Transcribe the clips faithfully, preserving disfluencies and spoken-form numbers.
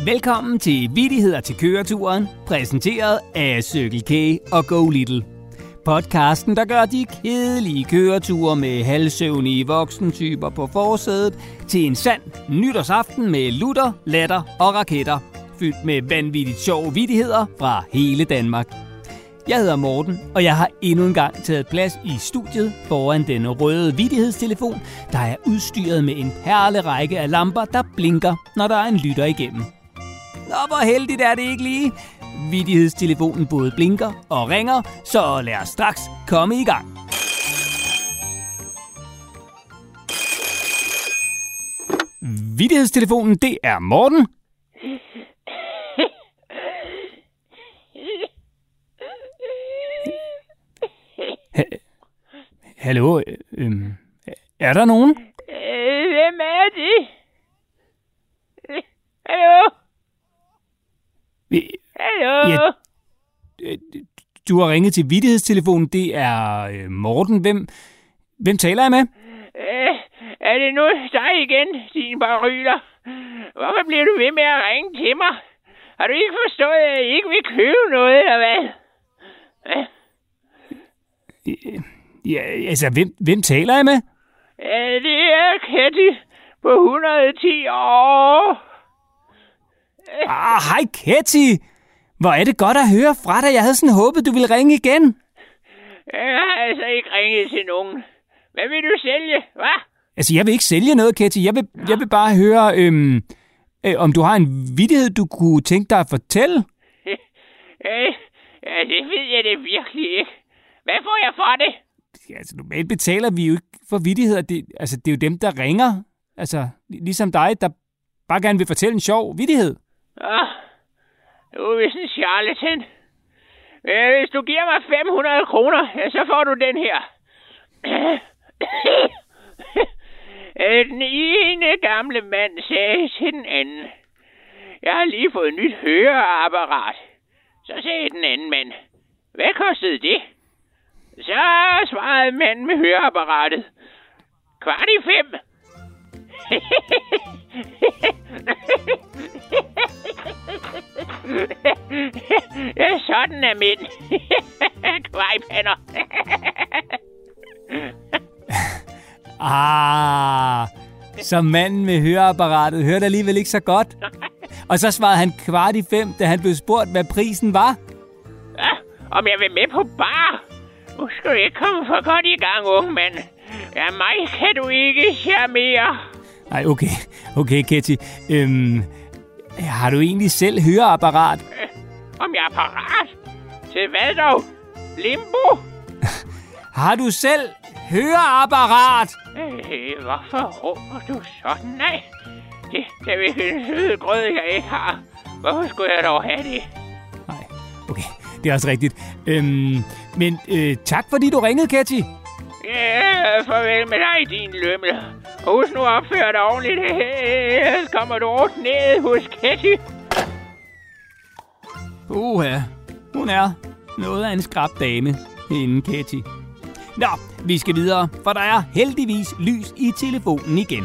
Velkommen til Vittigheder til køreturen, præsenteret af Circle K og Go Little. Podcasten, der gør de kedelige køreture med halvsøvnige voksentyper på forsædet til en sand nytårsaften med lutter, latter og raketter, fyldt med vanvittigt sjove vittigheder fra hele Danmark. Jeg hedder Morten, og jeg har endnu en gang taget plads i studiet foran den røde vittighedstelefon, der er udstyret med en perlerække af lamper, der blinker, når der er en lytter igennem. Nå, hvor heldigt er det ikke lige. Vittighedstelefonen både blinker og ringer, så lad os straks komme i gang. Vittighedstelefonen, det er Morten. Ha- Hallo, øhm, er der nogen? Hvem er det? Hallo? Vi- Hallo? Ja, øh, du har ringet til vittighedstelefonen, det er øh, Morten. Hvem, hvem taler jeg med? Øh, er det nu dig igen, din baryler? Hvorfor bliver du ved med at ringe til mig? Har du ikke forstået, at jeg ikke vil købe noget, eller hvad? Hvad? Øh, Ja, altså, hvem, hvem taler jeg med? Ja, det er Ketty på et hundrede og ti år. Ah, hej Ketty! Hvor er det godt at høre fra dig. Jeg havde sådan håbet, du ville ringe igen. Jeg har altså ikke ringet til nogen. Hvad vil du sælge, hva'? Altså, jeg vil ikke sælge noget, Ketty. Jeg vil, jeg vil bare høre, øhm, øh, om du har en vittighed, du kunne tænke dig at fortælle. Øh, ja, det ved jeg det virkelig ikke. Hvad får jeg for det? Ja, altså, normalt betaler vi jo ikke for vittigheder. Det, altså, det er jo dem, der ringer. Altså, ligesom dig, der bare gerne vil fortælle en sjov vittighed. Ah, du er vist en charlatan. Øh, hvis du giver mig fem hundrede kroner, ja, så får du den her. Øh, den ene gamle mand sagde til den anden: jeg har lige fået et nyt høreapparat. Så sagde den anden mand: hvad kostede det? Så svarede manden med høreapparatet: kvart i fem. Ja, sådan er mænd. Kvejpander. Ah, så manden med høreapparatet hørte alligevel ikke så godt. Og så svarede han kvart i fem, da han blev spurgt, hvad prisen var. Ja, om jeg vil med på bar? Nu skal du ikke komme for godt i gang, unge mand. Ja, mig kan du ikke charmere. Nej, okay. Okay, Ketty. Øhm, har du egentlig selv høreapparat? Øh, om jeg er parat? Til hvad dog? Limbo? Har du selv høreapparat? Øh, hvorfor råber du sådan? Nej, det, det er virkelig en søde grød, jeg ikke har. Hvorfor skulle jeg dog have det? Nej, okay. Det er også rigtigt. Øhm, men øh, tak, fordi du ringede, Ketty. Ja, farvel med dig, din lømmel. Og husk nu at opføre dig ordentligt. Ellers kommer du rundt ned hos Ketty. Uha, hun er noget af en skrab dame, hende Ketty. Nå, vi skal videre, for der er heldigvis lys i telefonen igen.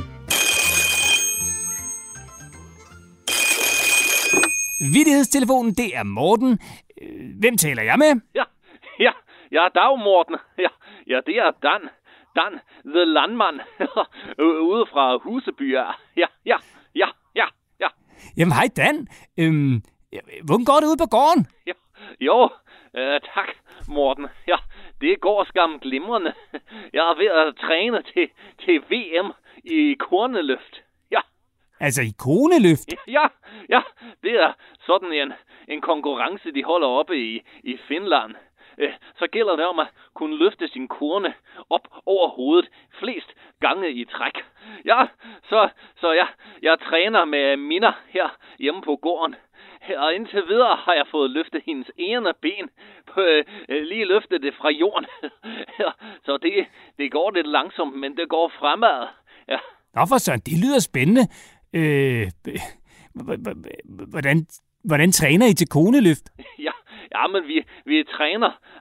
Vittighedstelefonen, det er Morten. Hvem taler jeg med? Ja, ja, ja, dag Morten. Ja, ja, det er Dan. Dan, the landmand. Ude fra Huseby. Ja, ja, ja, ja, ja. Jamen, hej Dan. Øhm, hvordan går det ude på gården? Ja, jo, øh, tak Morten. Ja, det går skam glimrende. Jeg er ved at træne til, til V M i korneløft. Ja. Altså i koneløft? Ja, ja, det er sådan en, en konkurrence, de holder oppe i, i Finland. Så gælder det om at kunne løfte sin korne op over hovedet flest gange i træk. Ja, så, så ja, jeg træner med Minna her hjemme på gården. Og indtil videre har jeg fået løftet hendes ene ben, på, øh, lige løftet det fra jorden. Så det, det går lidt langsomt, men det går fremad. Ja. Nå for sådan, det lyder spændende. Øh, hvordan, hvordan træner I til koneløft? Ja, ja, men vi, vi træner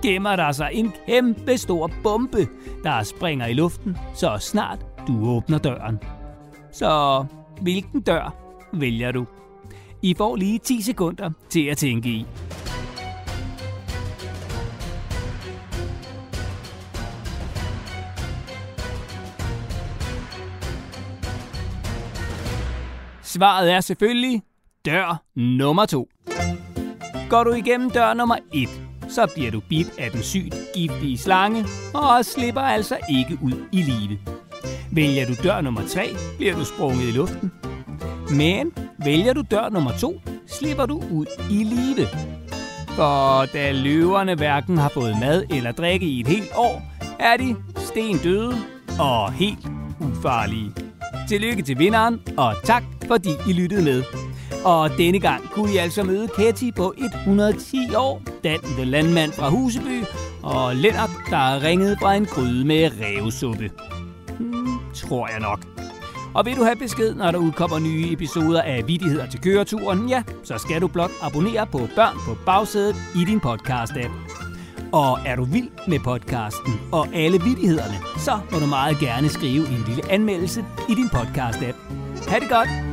gemmer der sig en kæmpe stor bombe, der springer i luften, så snart du åbner døren. Så hvilken dør vælger du? I får lige ti sekunder til at tænke i. Svaret er selvfølgelig dør nummer to. Går du igennem dør nummer et, så bliver du bidt af den sygt giftige slange og slipper altså ikke ud i live. Vælger du dør nummer tre, bliver du sprunget i luften. Men vælger du dør nummer to, slipper du ud i live. For da løverne hverken har fået mad eller drikke i et helt år, er de stendøde og helt ufarlige. Tillykke til vinderen, og tak fordi I lyttede med. Og denne gang kunne I altså møde Ketty på et hundrede og ti år, Dan the Landmand fra Huseby, og Lennart, der ringede fra en gryde med rævesuppe. Hmm, tror jeg nok. Og vil du have besked, når der udkommer nye episoder af Vittigheder til køreturen, ja, så skal du blot abonnere på Børn på bagsædet i din podcast-app. Og er du vild med podcasten og alle vittighederne, så må du meget gerne skrive en lille anmeldelse i din podcast-app. Ha' det godt!